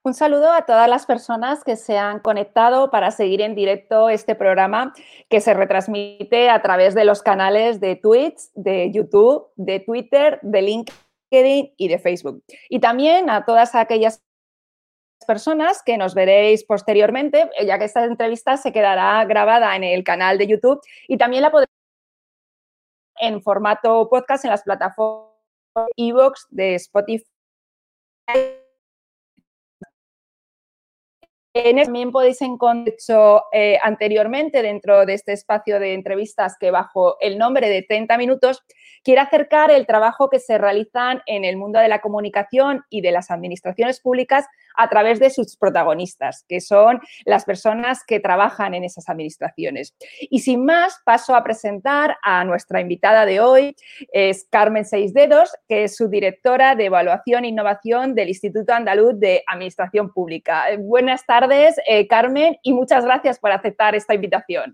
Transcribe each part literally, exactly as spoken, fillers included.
Un saludo a todas las personas que se han conectado para seguir en directo este programa que se retransmite a través de los canales de Twitch, de YouTube, de Twitter, de LinkedIn y de Facebook. Y también a todas aquellas personas que nos veréis posteriormente, ya que esta entrevista se quedará grabada en el canal de YouTube y también la podréis ver en formato podcast en las plataformas iVoox, de Spotify. También podéis encontrar eh, anteriormente dentro de este espacio de entrevistas que bajo el nombre de treinta minutos quiere acercar el trabajo que se realizan en el mundo de la comunicación y de las administraciones públicas a través de sus protagonistas, que son las personas que trabajan en esas administraciones. Y sin más, paso a presentar a nuestra invitada de hoy, es Carmen Seisdedos, que es subdirectora de Evaluación e Innovación del Instituto Andaluz de Administración Pública. Eh, buenas tardes, eh, Carmen, y muchas gracias por aceptar esta invitación.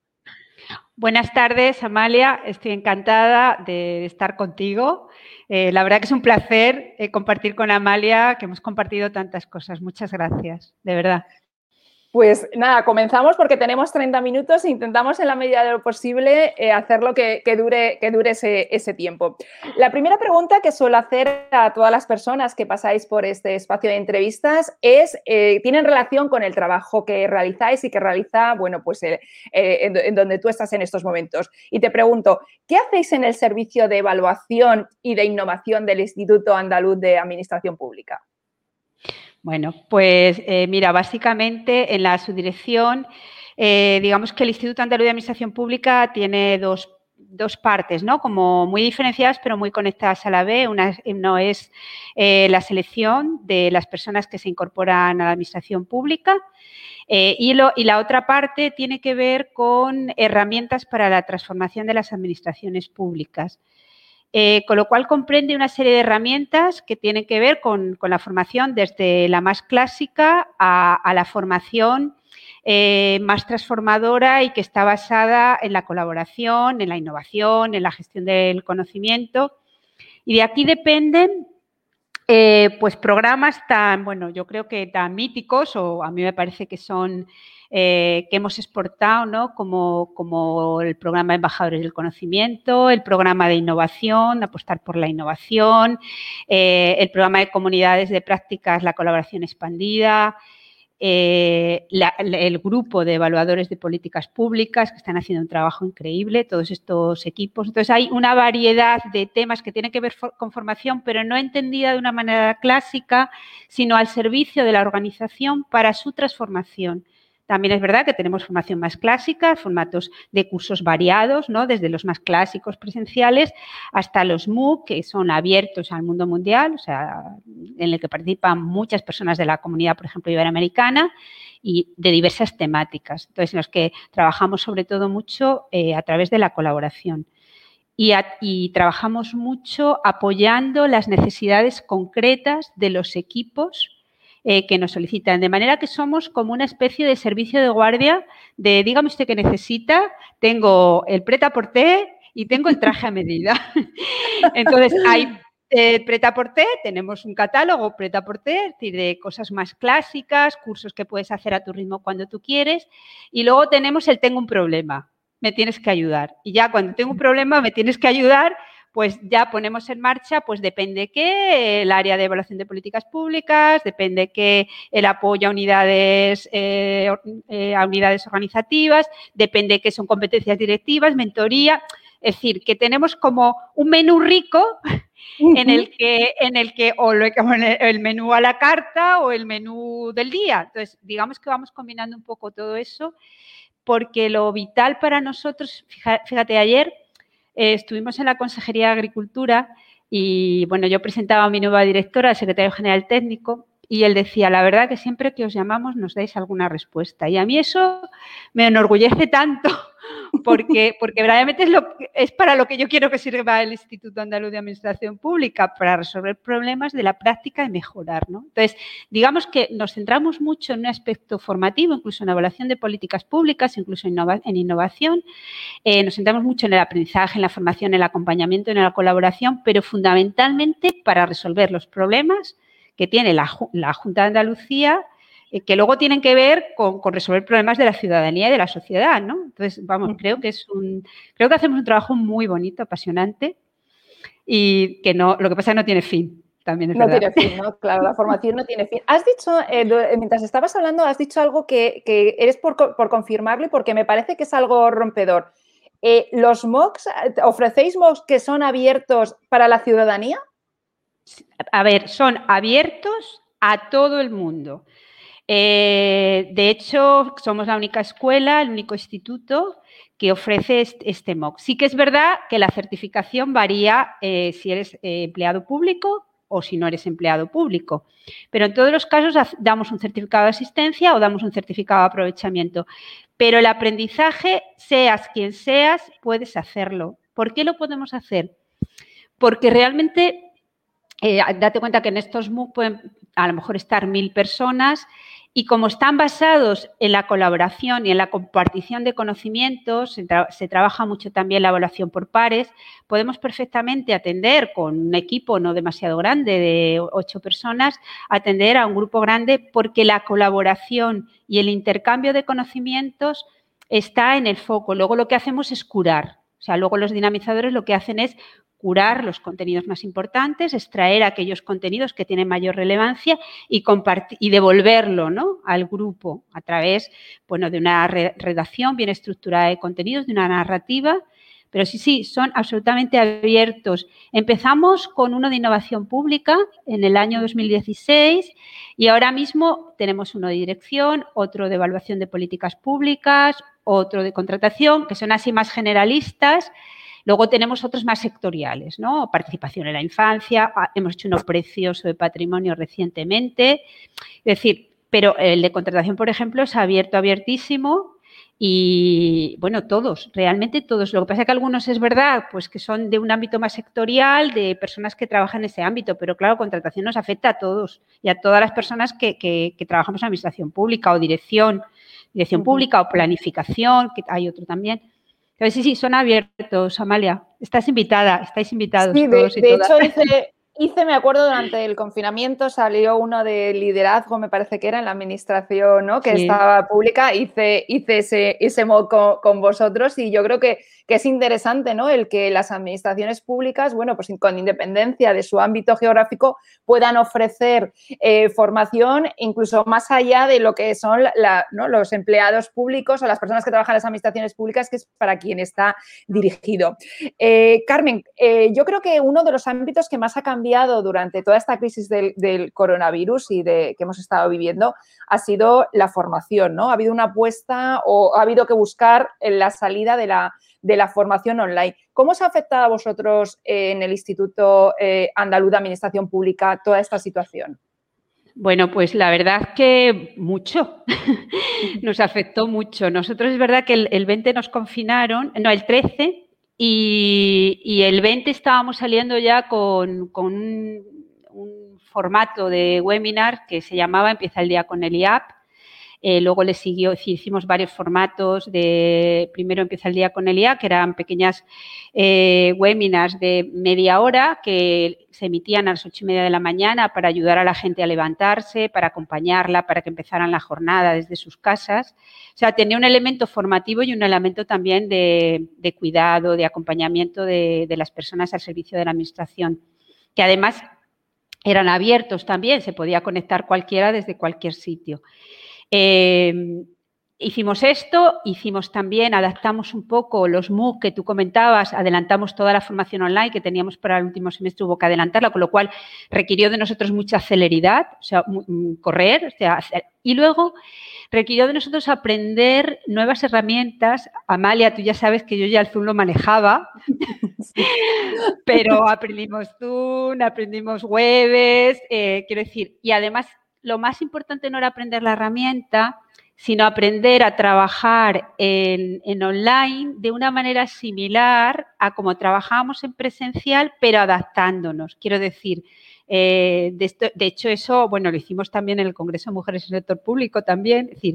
Buenas tardes, Amalia. Estoy encantada de estar contigo. Eh, la verdad que es un placer eh, compartir con Amalia, que hemos compartido tantas cosas. Muchas gracias, de verdad. Pues nada, comenzamos porque tenemos treinta minutos e intentamos en la medida de lo posible eh, hacerlo que, que dure, que dure ese, ese tiempo. La primera pregunta que suelo hacer a todas las personas que pasáis por este espacio de entrevistas es, eh, ¿tienen relación con el trabajo que realizáis y que realiza, bueno, pues eh, eh, en, en donde tú estás en estos momentos? Y te pregunto, ¿qué hacéis en el servicio de evaluación y de innovación del Instituto Andaluz de Administración Pública? Bueno, pues eh, mira, básicamente en la subdirección, eh, digamos que el Instituto Andaluz de Administración Pública tiene dos, dos partes, ¿no? Como muy diferenciadas, pero muy conectadas a la vez. Una no es eh, la selección de las personas que se incorporan a la administración pública eh, y, lo, y la otra parte tiene que ver con herramientas para la transformación de las administraciones públicas. Eh, con lo cual comprende una serie de herramientas que tienen que ver con, con la formación desde la más clásica a, a la formación eh, más transformadora y que está basada en la colaboración, en la innovación, en la gestión del conocimiento. Y de aquí dependen eh, pues programas tan, bueno, yo creo que tan míticos, o a mí me parece que son Eh, que hemos exportado, ¿no? como, como el programa de Embajadores del Conocimiento, el programa de innovación, apostar por la innovación, eh, el programa de comunidades de prácticas, la colaboración expandida, eh, la, el grupo de evaluadores de políticas públicas que están haciendo un trabajo increíble, todos estos equipos. Entonces, hay una variedad de temas que tienen que ver con formación, pero no entendida de una manera clásica, sino al servicio de la organización para su transformación. También es verdad que tenemos formación más clásica, formatos de cursos variados, ¿no? Desde los más clásicos presenciales hasta los M O O C, que son abiertos al mundo mundial, o sea, en el que participan muchas personas de la comunidad, por ejemplo, iberoamericana, y de diversas temáticas. Entonces, en los que trabajamos sobre todo mucho eh, a través de la colaboración. Y, a, y trabajamos mucho apoyando las necesidades concretas de los equipos Eh, que nos solicitan, de manera que somos como una especie de servicio de guardia de dígame usted qué necesita, tengo el prêt-à-porter y tengo el traje a medida. Entonces, hay eh, prêt-à-porter, tenemos un catálogo prêt-à-porter, es decir, de cosas más clásicas, cursos que puedes hacer a tu ritmo cuando tú quieres, y luego tenemos el tengo un problema, me tienes que ayudar. Y ya cuando tengo un problema, me tienes que ayudar, pues ya ponemos en marcha, pues depende qué, el área de evaluación de políticas públicas, depende qué, el apoyo a unidades, eh, a unidades organizativas, depende qué son competencias directivas, mentoría. Es decir, que tenemos como un menú rico en el que, en el que o el menú a la carta o el menú del día. Entonces, digamos que vamos combinando un poco todo eso, porque lo vital para nosotros, fíjate, ayer Eh, estuvimos en la Consejería de Agricultura y, bueno, yo presentaba a mi nueva directora, el secretario general técnico, y él decía, la verdad que siempre que os llamamos nos dais alguna respuesta. Y a mí eso me enorgullece tanto porque, porque verdaderamente es, lo, es para lo que yo quiero que sirva el Instituto Andaluz de Administración Pública, para resolver problemas de la práctica y mejorar, ¿no? Entonces, digamos que nos centramos mucho en un aspecto formativo, incluso en la evaluación de políticas públicas, incluso en, innova, en innovación. Eh, nos centramos mucho en el aprendizaje, en la formación, en el acompañamiento, en la colaboración, pero fundamentalmente para resolver los problemas que tiene la, la Junta de Andalucía, eh, que luego tienen que ver con, con resolver problemas de la ciudadanía y de la sociedad, ¿no? Entonces, vamos, uh-huh. creo que es un, creo que hacemos un trabajo muy bonito, apasionante y que no, lo que pasa es que no tiene fin. También es no verdad. tiene fin, ¿no? Claro, la formación no tiene fin. Has dicho, eh, mientras estabas hablando, has dicho algo que, que eres por, por confirmarlo y porque me parece que es algo rompedor. Eh, ¿Los MOOCs, ofrecéis MOOCs que son abiertos para la ciudadanía? A ver, son abiertos a todo el mundo. Eh, de hecho, somos la única escuela, el único instituto que ofrece este, este MOOC. Sí que es verdad que la certificación varía eh, si eres eh, empleado público o si no eres empleado público. Pero en todos los casos damos un certificado de asistencia o damos un certificado de aprovechamiento. Pero el aprendizaje, seas quien seas, puedes hacerlo. ¿Por qué lo podemos hacer? Porque realmente, eh, date cuenta que en estos MOOC pueden a lo mejor estar mil personas y como están basados en la colaboración y en la compartición de conocimientos, se, tra se trabaja mucho también la evaluación por pares, podemos perfectamente atender con un equipo no demasiado grande de ocho personas, atender a un grupo grande porque la colaboración y el intercambio de conocimientos está en el foco. Luego lo que hacemos es curar. O sea, luego los dinamizadores lo que hacen es curar los contenidos más importantes, extraer aquellos contenidos que tienen mayor relevancia y, compartir, y devolverlo, ¿no?, al grupo a través, bueno, de una redacción bien estructurada de contenidos, de una narrativa. Pero sí, sí, son absolutamente abiertos. Empezamos con uno de innovación pública en el año dos mil dieciséis y ahora mismo tenemos uno de dirección, otro de evaluación de políticas públicas, otro de contratación, que son así más generalistas. Luego tenemos otros más sectoriales, ¿no? Participación en la infancia, hemos hecho uno precioso de patrimonio recientemente. Es decir, pero el de contratación, por ejemplo, es abierto, abiertísimo y, bueno, todos, realmente todos. Lo que pasa es que algunos es verdad, pues que son de un ámbito más sectorial, de personas que trabajan en ese ámbito, pero claro, contratación nos afecta a todos y a todas las personas que, que, que trabajamos en administración pública o dirección, dirección uh-huh. pública o planificación, que hay otro también. Pero sí, sí, son abiertos, Amalia. Estás invitada, estáis invitados sí, todos de, y de todas. hecho, hice, hice, me acuerdo, durante el confinamiento salió uno de liderazgo, me parece que era en la administración, ¿no?, que sí. estaba pública, hice, hice ese, ese modo con, con vosotros y yo creo que, que es interesante, ¿no?, el que las administraciones públicas, bueno, pues con independencia de su ámbito geográfico, puedan ofrecer eh, formación incluso más allá de lo que son la, ¿no?, los empleados públicos o las personas que trabajan en las administraciones públicas, que es para quien está dirigido. Eh, Carmen, eh, yo creo que uno de los ámbitos que más ha cambiado durante toda esta crisis del, del coronavirus y de, que hemos estado viviendo ha sido la formación, ¿no? Ha habido una apuesta o ha habido que buscar la salida de la, de la formación online. ¿Cómo os ha afectado a vosotros eh, en el Instituto eh, Andaluz de Administración Pública toda esta situación? Bueno, pues la verdad que mucho, nos afectó mucho. Nosotros es verdad que el, el veinte nos confinaron, no, el trece, y, y el veinte estábamos saliendo ya con, con un, un formato de webinar que se llamaba Empieza el día con el I A P. Eh, luego le siguió, hicimos varios formatos de, primero Empieza el día con el I A, que eran pequeñas eh, webinars de media hora que se emitían a las ocho y media de la mañana para ayudar a la gente a levantarse, para acompañarla, para que empezaran la jornada desde sus casas. O sea, tenía un elemento formativo y un elemento también de, de cuidado, de acompañamiento de, de las personas al servicio de la administración, que además eran abiertos también, se podía conectar cualquiera desde cualquier sitio. Eh, hicimos esto, hicimos también, adaptamos un poco los MOOC que tú comentabas, adelantamos toda la formación online que teníamos para el último semestre, hubo que adelantarla, con lo cual requirió de nosotros mucha celeridad, o sea, correr, o sea, y luego requirió de nosotros aprender nuevas herramientas. Amalia, tú ya sabes que yo ya el Zoom lo manejaba, sí. Pero aprendimos Zoom, aprendimos Webes, eh, quiero decir, y además lo más importante no era aprender la herramienta, sino aprender a trabajar en, en online de una manera similar a como trabajábamos en presencial, pero adaptándonos. Quiero decir, eh, de, esto, de hecho eso, bueno, lo hicimos también en el Congreso de Mujeres en el Sector Público también, es decir,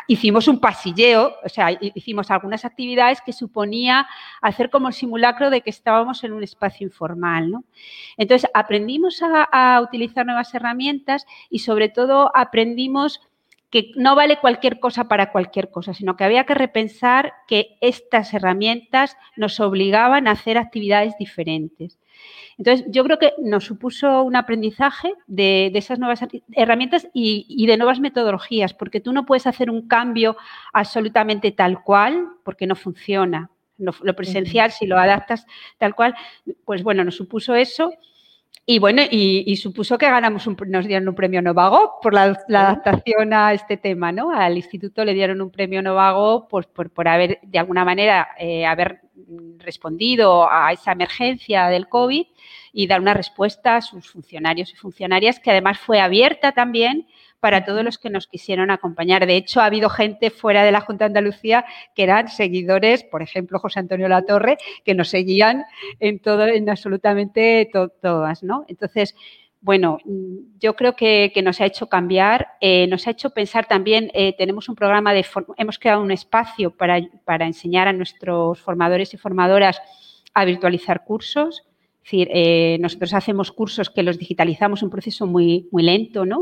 hicimos un pasilleo, o sea, hicimos algunas actividades que suponía hacer como el simulacro de que estábamos en un espacio informal, ¿no? Entonces, aprendimos a, a utilizar nuevas herramientas y, sobre todo, aprendimos que no vale cualquier cosa para cualquier cosa, sino que había que repensar que estas herramientas nos obligaban a hacer actividades diferentes. Entonces, yo creo que nos supuso un aprendizaje de, de esas nuevas herramientas y, y de nuevas metodologías, porque tú no puedes hacer un cambio absolutamente tal cual, porque no funciona. Lo, lo presencial, si lo adaptas tal cual, pues bueno, nos supuso eso. Y bueno, y, y supuso que ganamos un, nos dieron un premio Novago por la, la adaptación a este tema, ¿no? Al instituto le dieron un premio Novago pues, por, por haber, de alguna manera, eh, haber respondido a esa emergencia del COVID y dar una respuesta a sus funcionarios y funcionarias, que además fue abierta también para todos los que nos quisieron acompañar. De hecho, ha habido gente fuera de la Junta de Andalucía que eran seguidores, por ejemplo, José Antonio Latorre, que nos seguían en todo, en absolutamente to, todas, ¿no? Entonces, bueno, yo creo que, que nos ha hecho cambiar, eh, nos ha hecho pensar también, eh, tenemos un programa de, hemos creado un espacio para, para enseñar a nuestros formadores y formadoras a virtualizar cursos. Es decir, eh, nosotros hacemos cursos que los digitalizamos, un proceso muy, muy lento, ¿no?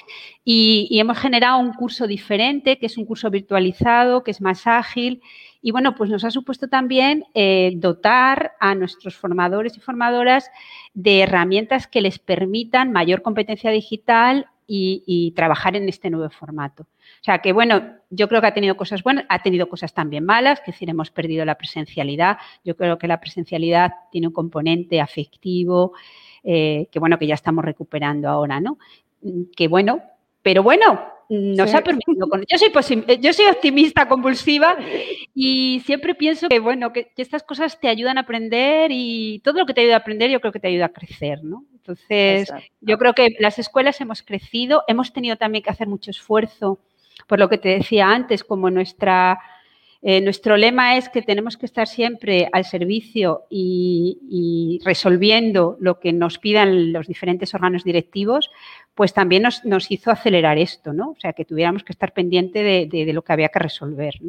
Y, y hemos generado un curso diferente, que es un curso virtualizado, que es más ágil. Y, bueno, pues nos ha supuesto también eh, dotar a nuestros formadores y formadoras de herramientas que les permitan mayor competencia digital y, y trabajar en este nuevo formato. O sea, que, bueno, yo creo que ha tenido cosas buenas, ha tenido cosas también malas, que es decir, hemos perdido la presencialidad. Yo creo que la presencialidad tiene un componente afectivo, eh, que, bueno, que ya estamos recuperando ahora, ¿no? Que, bueno, pero bueno, nos sí. ha permitido. Yo soy, yo soy optimista compulsiva y siempre pienso que, bueno, que, que estas cosas te ayudan a aprender y todo lo que te ayuda a aprender yo creo que te ayuda a crecer, ¿no? Entonces, exacto, yo creo que las escuelas hemos crecido, hemos tenido también que hacer mucho esfuerzo, por lo que te decía antes, como nuestra... Eh, nuestro lema es que tenemos que estar siempre al servicio y, y resolviendo lo que nos pidan los diferentes órganos directivos, pues también nos, nos hizo acelerar esto, ¿no? O sea, que tuviéramos que estar pendiente de, de, de lo que había que resolver, ¿no?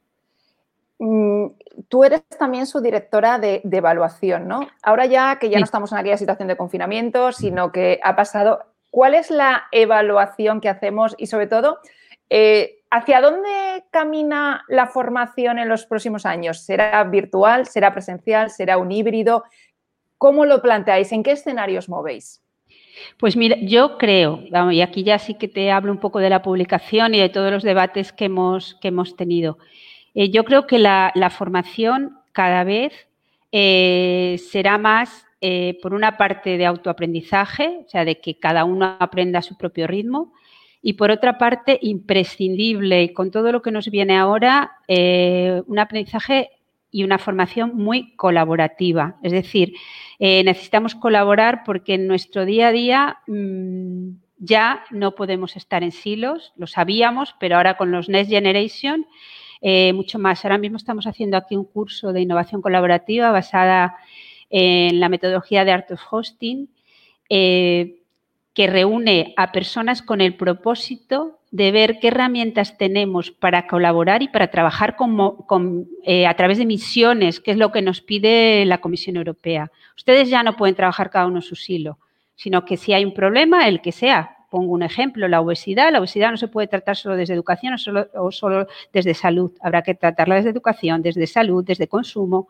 Mm, tú eres también su directora de, de evaluación, ¿no? Ahora ya que ya sí. no estamos en aquella situación de confinamiento, sino que ha pasado, ¿cuál es la evaluación que hacemos y, sobre todo, eh, ¿hacia dónde camina la formación en los próximos años? ¿Será virtual? ¿Será presencial? ¿Será un híbrido? ¿Cómo lo planteáis? ¿En qué escenarios movéis? Pues mira, yo creo, vamos, y aquí ya sí que te hablo un poco de la publicación y de todos los debates que hemos, que hemos tenido. Eh, yo creo que la, la formación cada vez eh, será más, eh, por una parte, de autoaprendizaje, o sea, de que cada uno aprenda a su propio ritmo, y por otra parte, imprescindible, y con todo lo que nos viene ahora, eh, un aprendizaje y una formación muy colaborativa. Es decir, eh, necesitamos colaborar porque en nuestro día a día mmm, ya no podemos estar en silos, lo sabíamos, pero ahora con los Next Generation, eh, mucho más. Ahora mismo estamos haciendo aquí un curso de innovación colaborativa basada en la metodología de Art of Hosting, eh, que reúne a personas con el propósito de ver qué herramientas tenemos para colaborar y para trabajar con, con, eh, a través de misiones, que es lo que nos pide la Comisión Europea. Ustedes ya no pueden trabajar cada uno en su silo, sino que si hay un problema, el que sea. Pongo un ejemplo, la obesidad. La obesidad no se puede tratar solo desde educación o solo, o solo desde salud. Habrá que tratarla desde educación, desde salud, desde consumo.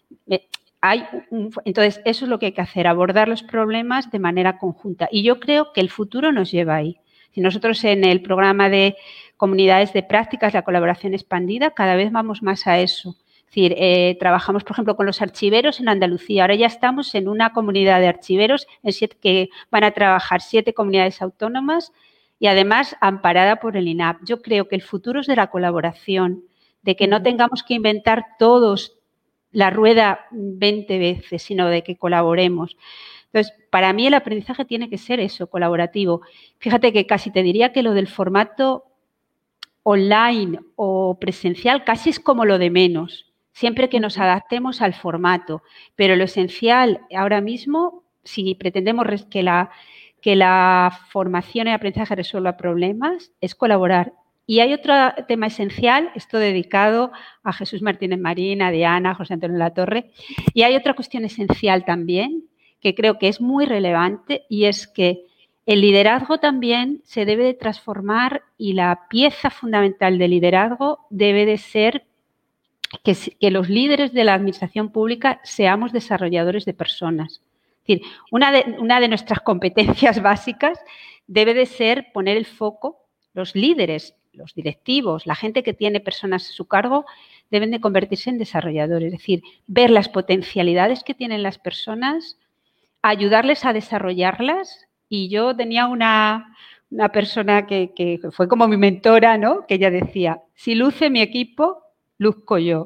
Hay un, entonces, eso es lo que hay que hacer, abordar los problemas de manera conjunta. Y yo creo que el futuro nos lleva ahí. Si nosotros en el programa de comunidades de prácticas, la colaboración expandida, cada vez vamos más a eso. Es decir, eh, trabajamos, por ejemplo, con los archiveros en Andalucía. Ahora ya estamos en una comunidad de archiveros en siete, que van a trabajar siete comunidades autónomas y además amparada por el I N A P. Yo creo que el futuro es de la colaboración, de que no tengamos que inventar todos la rueda veinte veces, sino de que colaboremos. Entonces, para mí el aprendizaje tiene que ser eso, colaborativo. Fíjate que casi te diría que lo del formato online o presencial casi es como lo de menos, siempre que nos adaptemos al formato. Pero lo esencial ahora mismo, si pretendemos que la, que la formación y el aprendizaje resuelva problemas, es colaborar. Y hay otro tema esencial, esto dedicado a Jesús Martínez Marín, a Diana, a José Antonio Latorre, y hay otra cuestión esencial también, que creo que es muy relevante, y es que el liderazgo también se debe de transformar y la pieza fundamental del liderazgo debe de ser que, que los líderes de la administración pública seamos desarrolladores de personas. Es decir, una de, una de nuestras competencias básicas debe de ser poner el foco, los líderes, los directivos, la gente que tiene personas a su cargo, deben de convertirse en desarrolladores, es decir, ver las potencialidades que tienen las personas, ayudarles a desarrollarlas. Y yo tenía una, una persona que, que fue como mi mentora, ¿no? Que ella decía, si luce mi equipo, luzco yo.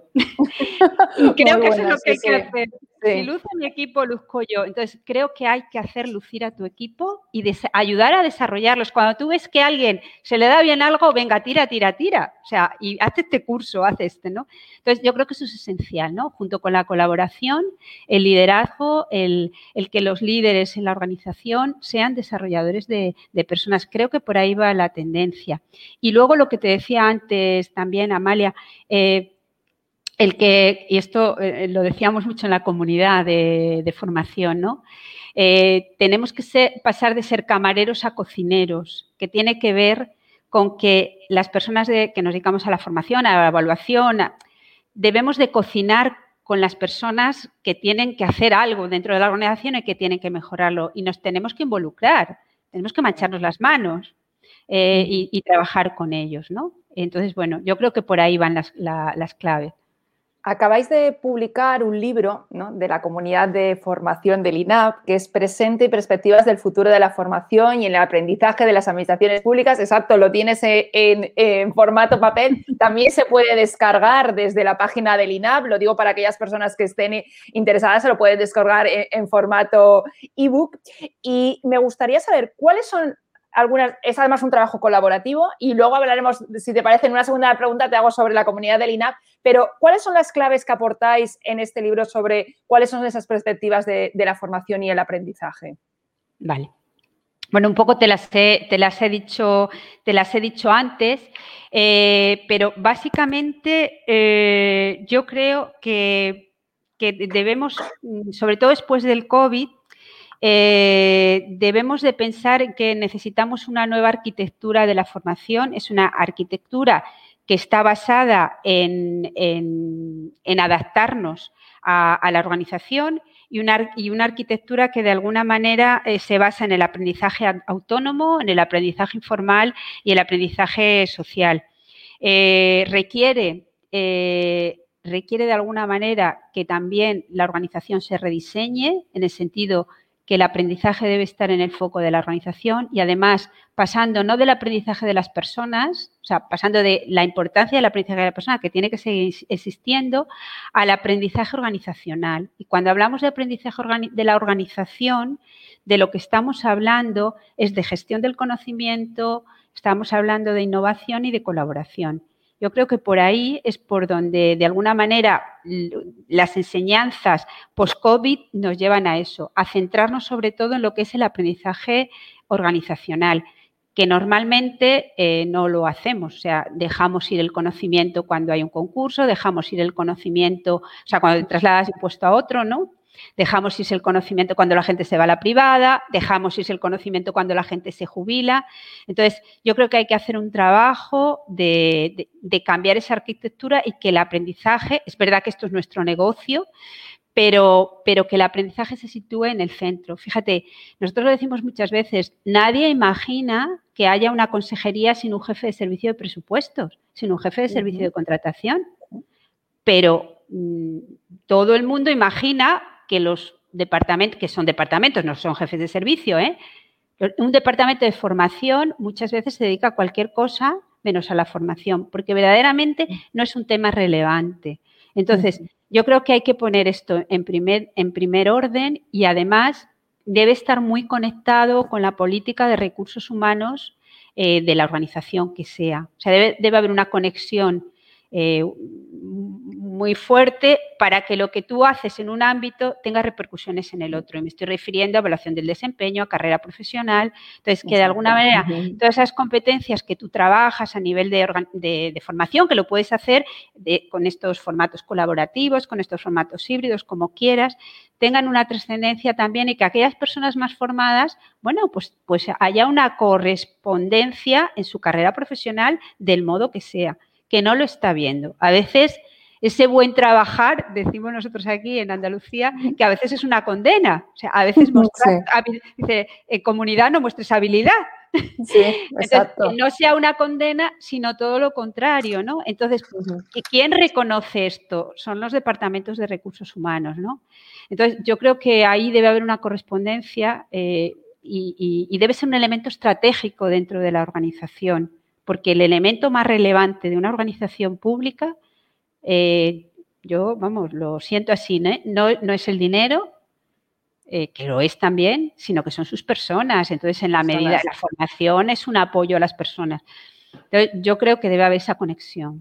Y creo que eso es lo que hay que hacer. Sí. Si luce mi equipo, luzco yo. Entonces, creo que hay que hacer lucir a tu equipo y ayudar a desarrollarlos. Cuando tú ves que a alguien se le da bien algo, venga, tira, tira, tira. O sea, y haz este curso, haz este, ¿no? Entonces, yo creo que eso es esencial, ¿no? Junto con la colaboración, el liderazgo, el, el que los líderes en la organización sean desarrolladores de, de personas. Creo que por ahí va la tendencia. Y luego lo que te decía antes también, Amalia, eh, el que, y esto eh, lo decíamos mucho en la comunidad de, de formación, ¿no? Eh, tenemos que ser, pasar de ser camareros a cocineros, que tiene que ver con que las personas de, que nos dedicamos a la formación, a la evaluación, a, debemos de cocinar con las personas que tienen que hacer algo dentro de la organización y que tienen que mejorarlo. Y nos tenemos que involucrar, tenemos que mancharnos las manos eh, y, y trabajar con ellos, ¿no? Entonces, bueno, yo creo que por ahí van las, la, las claves. Acabáis de publicar un libro, ¿no?, de la comunidad de formación del I N A P, que es Presente y perspectivas del futuro de la formación y el aprendizaje de las administraciones públicas. Exacto, lo tienes en, en formato papel. También se puede descargar desde la página del I N A P. Lo digo para aquellas personas que estén interesadas, se lo pueden descargar en, en formato ebook. Y me gustaría saber cuáles son algunas, es además un trabajo colaborativo y luego hablaremos, si te parece, en una segunda pregunta te hago sobre la comunidad del I N A P, pero ¿cuáles son las claves que aportáis en este libro sobre cuáles son esas perspectivas de, de la formación y el aprendizaje? Vale. Bueno, un poco te las he, te las he, dicho, te las he dicho antes, eh, pero básicamente eh, yo creo que, que debemos, sobre todo después del COVID, Eh, debemos de pensar en que necesitamos una nueva arquitectura de la formación. Es una arquitectura que está basada en, en, en adaptarnos a, a la organización y una, y una arquitectura que de alguna manera eh, se basa en el aprendizaje autónomo, en el aprendizaje informal y el aprendizaje social. Eh, requiere... Eh, requiere de alguna manera que también la organización se rediseñe en el sentido que el aprendizaje debe estar en el foco de la organización y además pasando no del aprendizaje de las personas, o sea, pasando de la importancia del aprendizaje de la persona que tiene que seguir existiendo al aprendizaje organizacional. Y cuando hablamos de aprendizaje de la organización, de lo que estamos hablando es de gestión del conocimiento, estamos hablando de innovación y de colaboración. Yo creo que por ahí es por donde, de alguna manera, las enseñanzas post-COVID nos llevan a eso, a centrarnos sobre todo en lo que es el aprendizaje organizacional, que normalmente eh, no lo hacemos. O sea, dejamos ir el conocimiento cuando hay un concurso, dejamos ir el conocimiento, o sea, cuando te trasladas de un puesto a otro, ¿no? Dejamos irse el conocimiento cuando la gente se va a la privada, dejamos irse el conocimiento cuando la gente se jubila. Entonces, yo creo que hay que hacer un trabajo de, de, de cambiar esa arquitectura y que el aprendizaje, es verdad que esto es nuestro negocio, pero, pero que el aprendizaje se sitúe en el centro. Fíjate, nosotros lo decimos muchas veces, nadie imagina que haya una consejería sin un jefe de servicio de presupuestos, sin un jefe de servicio de contratación, pero mmm, todo el mundo imagina que los departamentos, que son departamentos, no son jefes de servicio, ¿eh? Un departamento de formación muchas veces se dedica a cualquier cosa menos a la formación, porque verdaderamente no es un tema relevante. Entonces, yo creo que hay que poner esto en primer, en primer orden y además debe estar muy conectado con la política de recursos humanos eh, de la organización que sea. O sea, debe, debe haber una conexión eh, muy fuerte para que lo que tú haces en un ámbito tenga repercusiones en el otro. Y me estoy refiriendo a evaluación del desempeño, a carrera profesional. Entonces, que de alguna manera todas esas competencias que tú trabajas a nivel de, de, de formación, que lo puedes hacer de, con estos formatos colaborativos, con estos formatos híbridos, como quieras, tengan una trascendencia también y que aquellas personas más formadas, bueno, pues, pues haya una correspondencia en su carrera profesional del modo que sea, que no lo está viendo. A veces ese buen trabajar, decimos nosotros aquí en Andalucía, que a veces es una condena. O sea, a veces mostrar, sí. dice, en comunidad no muestres habilidad. Sí, exacto. Entonces, no sea una condena, sino todo lo contrario, ¿no? Entonces, ¿quién reconoce esto? Son los departamentos de recursos humanos, ¿no? Entonces, yo creo que ahí debe haber una correspondencia eh, y, y, y debe ser un elemento estratégico dentro de la organización, porque el elemento más relevante de una organización pública, eh, yo, vamos, lo siento así, ¿no? No, no es el dinero, Eh, que lo es también, sino que son sus personas. Entonces, en la personas. medida, la formación es un apoyo a las personas. Entonces, yo creo que debe haber esa conexión.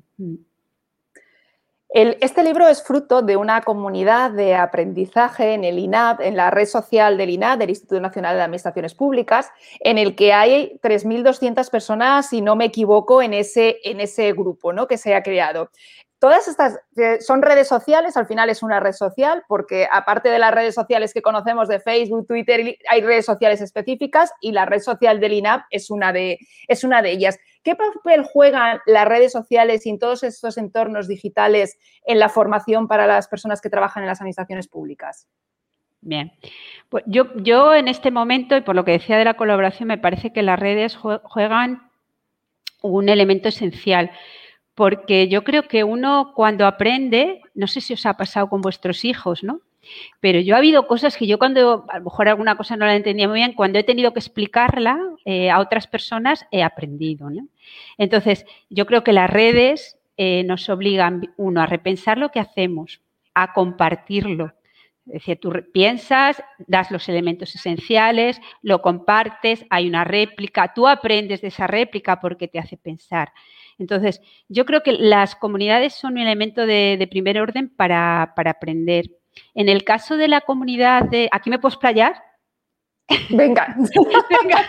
El, este libro es fruto de una comunidad de aprendizaje en el I N A D, en la red social del I N A D, del Instituto Nacional de Administraciones Públicas, en el que hay tres mil doscientas personas, si no me equivoco, en ese, en ese grupo, ¿no?, que se ha creado. Todas estas eh, son redes sociales, al final es una red social, porque aparte de las redes sociales que conocemos de Facebook, Twitter, hay redes sociales específicas y la red social del I N A D es una de, es una de ellas. ¿Qué papel juegan las redes sociales y en todos estos entornos digitales en la formación para las personas que trabajan en las administraciones públicas? Bien, pues yo, yo en este momento, y por lo que decía de la colaboración, me parece que las redes juegan un elemento esencial. Porque yo creo que uno cuando aprende, no sé si os ha pasado con vuestros hijos, ¿no? Pero yo ha habido cosas que yo cuando, a lo mejor alguna cosa no la entendía muy bien, cuando he tenido que explicarla eh, a otras personas, he aprendido, ¿no? Entonces, yo creo que las redes eh, nos obligan, uno, a repensar lo que hacemos, a compartirlo. Es decir, tú piensas, das los elementos esenciales, lo compartes, hay una réplica, tú aprendes de esa réplica porque te hace pensar. Entonces, yo creo que las comunidades son un elemento de, de primer orden para, para aprender. En el caso de la comunidad de... ¿Aquí me puedo explayar? Venga. Venga.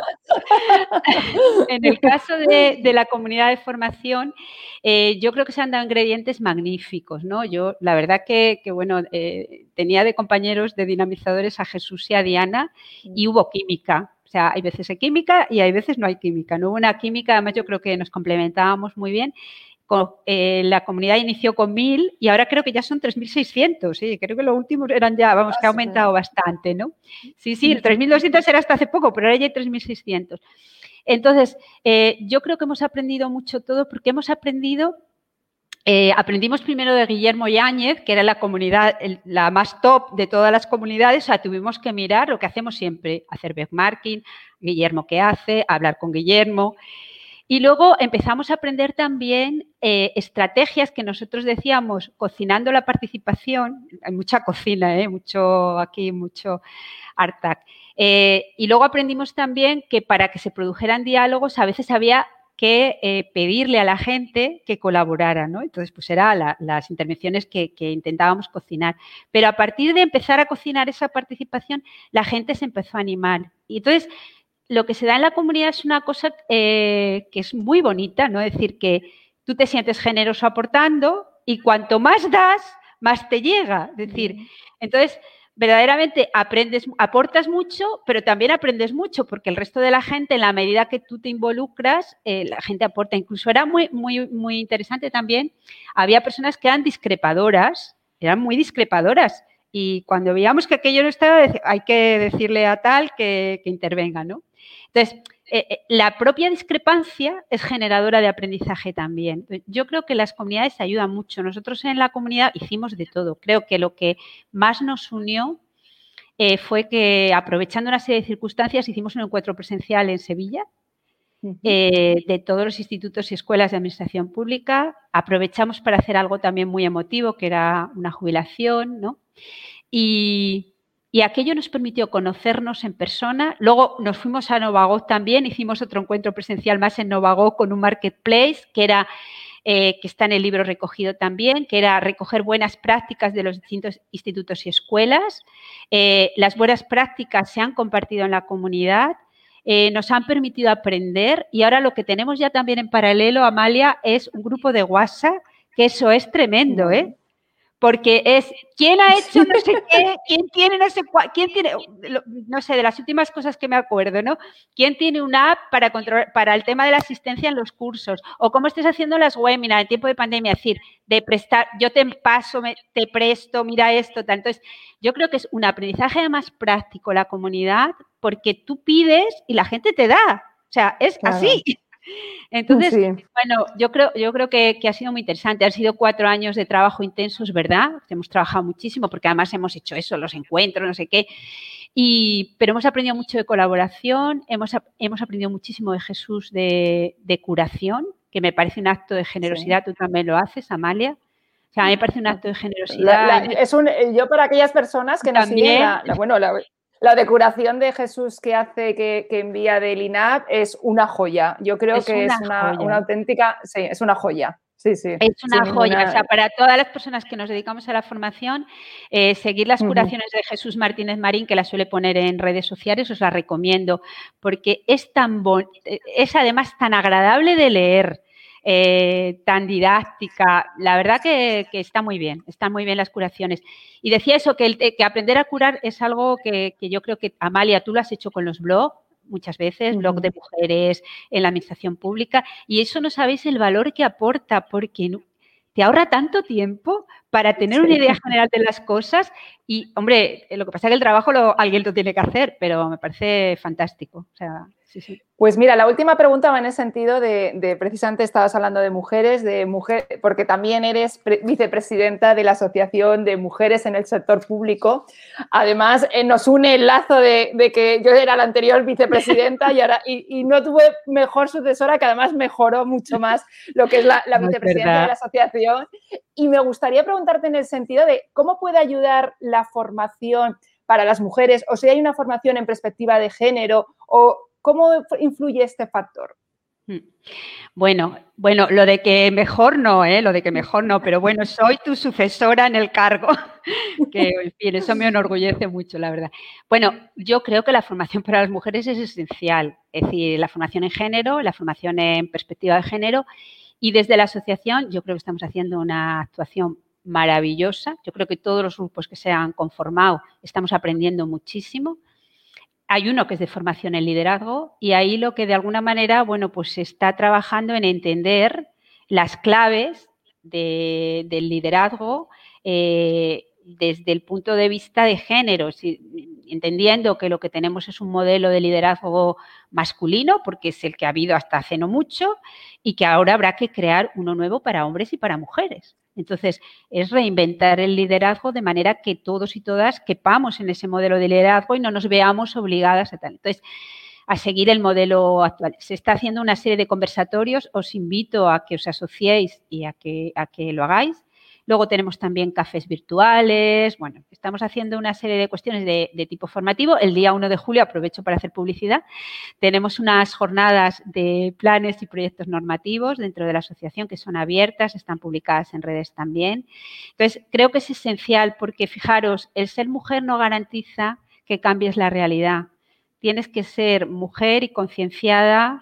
En el caso de, de la comunidad de formación, eh, yo creo que se han dado ingredientes magníficos, ¿no? Yo, la verdad que, que bueno, eh, tenía de compañeros de dinamizadores a Jesús y a Diana y hubo química. O sea, hay veces hay química y hay veces no hay química. No hubo una química, además yo creo que nos complementábamos muy bien. Con, eh, la comunidad inició con mil y ahora creo que ya son tres mil seiscientos. ¿sí? Creo que los últimos eran ya, vamos, que ha aumentado bastante, ¿no? Sí, sí, el tres mil doscientos era hasta hace poco, pero ahora ya hay tres mil seiscientos. Entonces, eh, yo creo que hemos aprendido mucho todo porque hemos aprendido, eh, aprendimos primero de Guillermo Yáñez, que era la comunidad, el, la más top de todas las comunidades, o sea, tuvimos que mirar lo que hacemos siempre, hacer benchmarking, Guillermo qué hace, hablar con Guillermo. Y luego empezamos a aprender también eh, estrategias que nosotros decíamos, cocinando la participación, hay mucha cocina, ¿eh? mucho aquí, mucho Artac. Eh, y luego aprendimos también que para que se produjeran diálogos a veces había que eh, pedirle a la gente que colaborara, ¿no? Entonces, pues eran la, las intervenciones que, que intentábamos cocinar. Pero a partir de empezar a cocinar esa participación, la gente se empezó a animar. Y entonces, lo que se da en la comunidad es una cosa eh, que es muy bonita, ¿no? Es decir, que tú te sientes generoso aportando y cuanto más das, más te llega. Es decir, entonces, verdaderamente aprendes, aportas mucho, pero también aprendes mucho, porque el resto de la gente, en la medida que tú te involucras, eh, la gente aporta. Incluso era muy, muy, muy interesante también, había personas que eran discrepadoras, eran muy discrepadoras, y cuando veíamos que aquello no estaba, hay que decirle a tal que, que intervenga, ¿no? Entonces, eh, la propia discrepancia es generadora de aprendizaje también. Yo creo que las comunidades ayudan mucho. Nosotros en la comunidad hicimos de todo. Creo que lo que más nos unió eh, fue que, aprovechando una serie de circunstancias, hicimos un encuentro presencial en Sevilla uh-huh. eh, de todos los institutos y escuelas de administración pública. Aprovechamos para hacer algo también muy emotivo, que era una jubilación, ¿no? Y... Y aquello nos permitió conocernos en persona. Luego nos fuimos a Novagog también, hicimos otro encuentro presencial más en Novagog con un marketplace, que era eh, que está en el libro recogido también, que era recoger buenas prácticas de los distintos institutos y escuelas. Eh, las buenas prácticas se han compartido en la comunidad, eh, nos han permitido aprender y ahora lo que tenemos ya también en paralelo, Amalia, es un grupo de WhatsApp, que eso es tremendo, ¿eh? Porque es, ¿quién ha hecho no sé qué? ¿Quién tiene no sé cuál? ¿Quién tiene, no sé, de las últimas cosas que me acuerdo, ¿no? ¿Quién tiene una app para controlar, para el tema de la asistencia en los cursos? O cómo estés haciendo las webinars en tiempo de pandemia, es decir, de prestar, yo te paso, me, te presto, mira esto, tal. Entonces, yo creo que es un aprendizaje además práctico la comunidad, porque tú pides y la gente te da. O sea, es claro. Así. Entonces, sí. bueno, yo creo, yo creo que, que ha sido muy interesante. Han sido cuatro años de trabajo intensos, ¿verdad? Hemos trabajado muchísimo porque además hemos hecho eso, los encuentros, no sé qué. Y, pero hemos aprendido mucho de colaboración, hemos, hemos aprendido muchísimo de Jesús de, de curación, que me parece un acto de generosidad. Sí. Tú también lo haces, Amalia. O sea, a mí me parece un acto de generosidad. La, la, es un, yo para aquellas personas que nos siguen, la, la, bueno, la, la decoración de Jesús que hace, que, que envía del I N A P es una joya. Yo creo es que una es una, una auténtica, sí, es una joya. Sí, sí. Es una joya. Ninguna... O sea, para todas las personas que nos dedicamos a la formación, eh, seguir las curaciones uh-huh. de Jesús Martínez Marín, que las suele poner en redes sociales, os las recomiendo, porque es tan bon... es además tan agradable de leer. Eh, tan didáctica, la verdad que, que está muy bien, están muy bien las curaciones. Y decía eso, que, el, que aprender a curar es algo que, que yo creo que, Amalia, tú lo has hecho con los blogs, muchas veces, uh-huh. blog de mujeres en la administración pública, y eso no sabéis el valor que aporta, porque no, te ahorra tanto tiempo para tener sí. una idea general de las cosas y, hombre, lo que pasa es que el trabajo lo, alguien lo tiene que hacer, pero me parece fantástico. O sea, sí, sí. Pues mira, la última pregunta va en el sentido de, de precisamente estabas hablando de mujeres, de mujer, porque también eres pre, vicepresidenta de la Asociación de Mujeres en el Sector Público. Además, eh, nos une el lazo de, de que yo era la anterior vicepresidenta y, ahora, y, y no tuve mejor sucesora, que además mejoró mucho más lo que es la, la vicepresidencia de la asociación. Y me gustaría preguntarte en el sentido de cómo puede ayudar la formación para las mujeres, o si hay una formación en perspectiva de género, o ¿cómo influye este factor? Bueno, bueno, lo de que mejor no, ¿eh? Lo de que mejor no, pero bueno, soy tu sucesora en el cargo, que en fin, eso me enorgullece mucho, la verdad. Bueno, yo creo que la formación para las mujeres es esencial, es decir, la formación en género, la formación en perspectiva de género, y desde la asociación yo creo que estamos haciendo una actuación maravillosa. Yo creo que todos los grupos que se han conformado estamos aprendiendo muchísimo. Hay uno que es de formación en liderazgo y ahí lo que de alguna manera, bueno, pues se está trabajando en entender las claves de, del liderazgo eh, desde el punto de vista de género, si, entendiendo que lo que tenemos es un modelo de liderazgo masculino, porque es el que ha habido hasta hace no mucho, y que ahora habrá que crear uno nuevo para hombres y para mujeres. Entonces, es reinventar el liderazgo de manera que todos y todas quepamos en ese modelo de liderazgo y no nos veamos obligadas a tal. Entonces, a seguir el modelo actual. Se está haciendo una serie de conversatorios, os invito a que os asociéis y a que, a que lo hagáis. Luego tenemos también cafés virtuales, bueno, estamos haciendo una serie de cuestiones de, de tipo formativo. El día uno de julio, aprovecho para hacer publicidad, tenemos unas jornadas de planes y proyectos normativos dentro de la asociación que son abiertas, están publicadas en redes también. Entonces, creo que es esencial porque, fijaros, el ser mujer no garantiza que cambies la realidad. Tienes que ser mujer y concienciada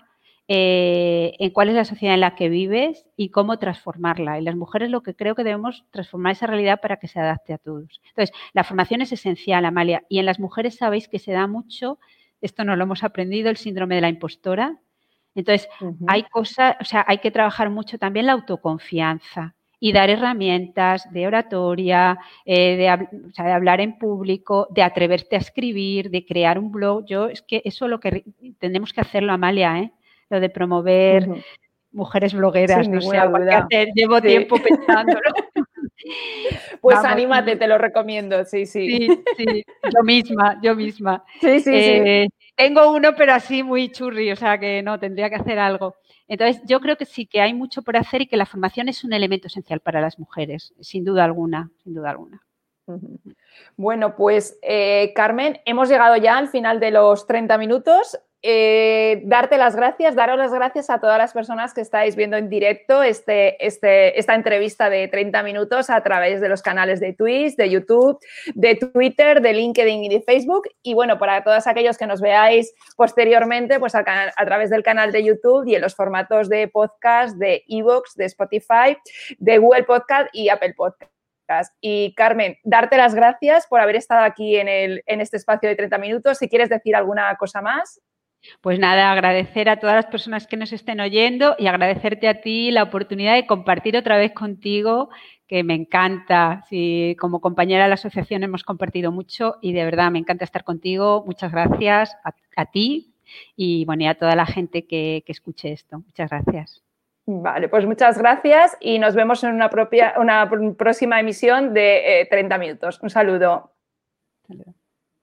Eh, en cuál es la sociedad en la que vives y cómo transformarla. Y las mujeres lo que creo que debemos transformar esa realidad para que se adapte a todos. Entonces, la formación es esencial, Amalia, y en las mujeres sabéis que se da mucho, esto no lo hemos aprendido, el síndrome de la impostora. Entonces, uh-huh. hay cosas, o sea, hay que trabajar mucho también la autoconfianza y dar herramientas de oratoria, eh, de, o sea, de hablar en público, de atreverte a escribir, de crear un blog. Yo, es que eso es lo que tenemos que hacerlo, Amalia, ¿eh? Lo de promover uh-huh. mujeres blogueras, Sin no sé, algo que hacer. Llevo sí. tiempo pensándolo. Pues Vamos, anímate, sí. te lo recomiendo, sí, sí. Sí, sí, yo misma, yo misma. Sí, sí, eh, sí. Tengo uno, pero así muy churri, o sea que no, tendría que hacer algo. Entonces, yo creo que sí que hay mucho por hacer y que la formación es un elemento esencial para las mujeres, sin duda alguna, sin duda alguna. Bueno, pues, eh, Carmen, hemos llegado ya al final de los treinta minutos. eh, darte las gracias, daros las gracias a todas las personas que estáis viendo en directo este, este, esta entrevista de treinta minutos a través de los canales de Twitch, de YouTube, de Twitter, de LinkedIn y de Facebook. Y bueno, para todos aquellos que nos veáis posteriormente, pues a, a través del canal de YouTube y en los formatos de podcast, de iVoox, de Spotify, de Google Podcast y Apple Podcast. Y Carmen, darte las gracias por haber estado aquí en, el, en este espacio de treinta minutos. Si quieres decir alguna cosa más. Pues nada, agradecer a todas las personas que nos estén oyendo y agradecerte a ti la oportunidad de compartir otra vez contigo, que me encanta. Sí, como compañera de la asociación hemos compartido mucho y de verdad me encanta estar contigo. Muchas gracias a, a ti y, bueno, y a toda la gente que, que escuche esto. Muchas gracias. Vale, pues muchas gracias y nos vemos en una, propia, una próxima emisión de eh, treinta minutos. Un saludo. Saludo.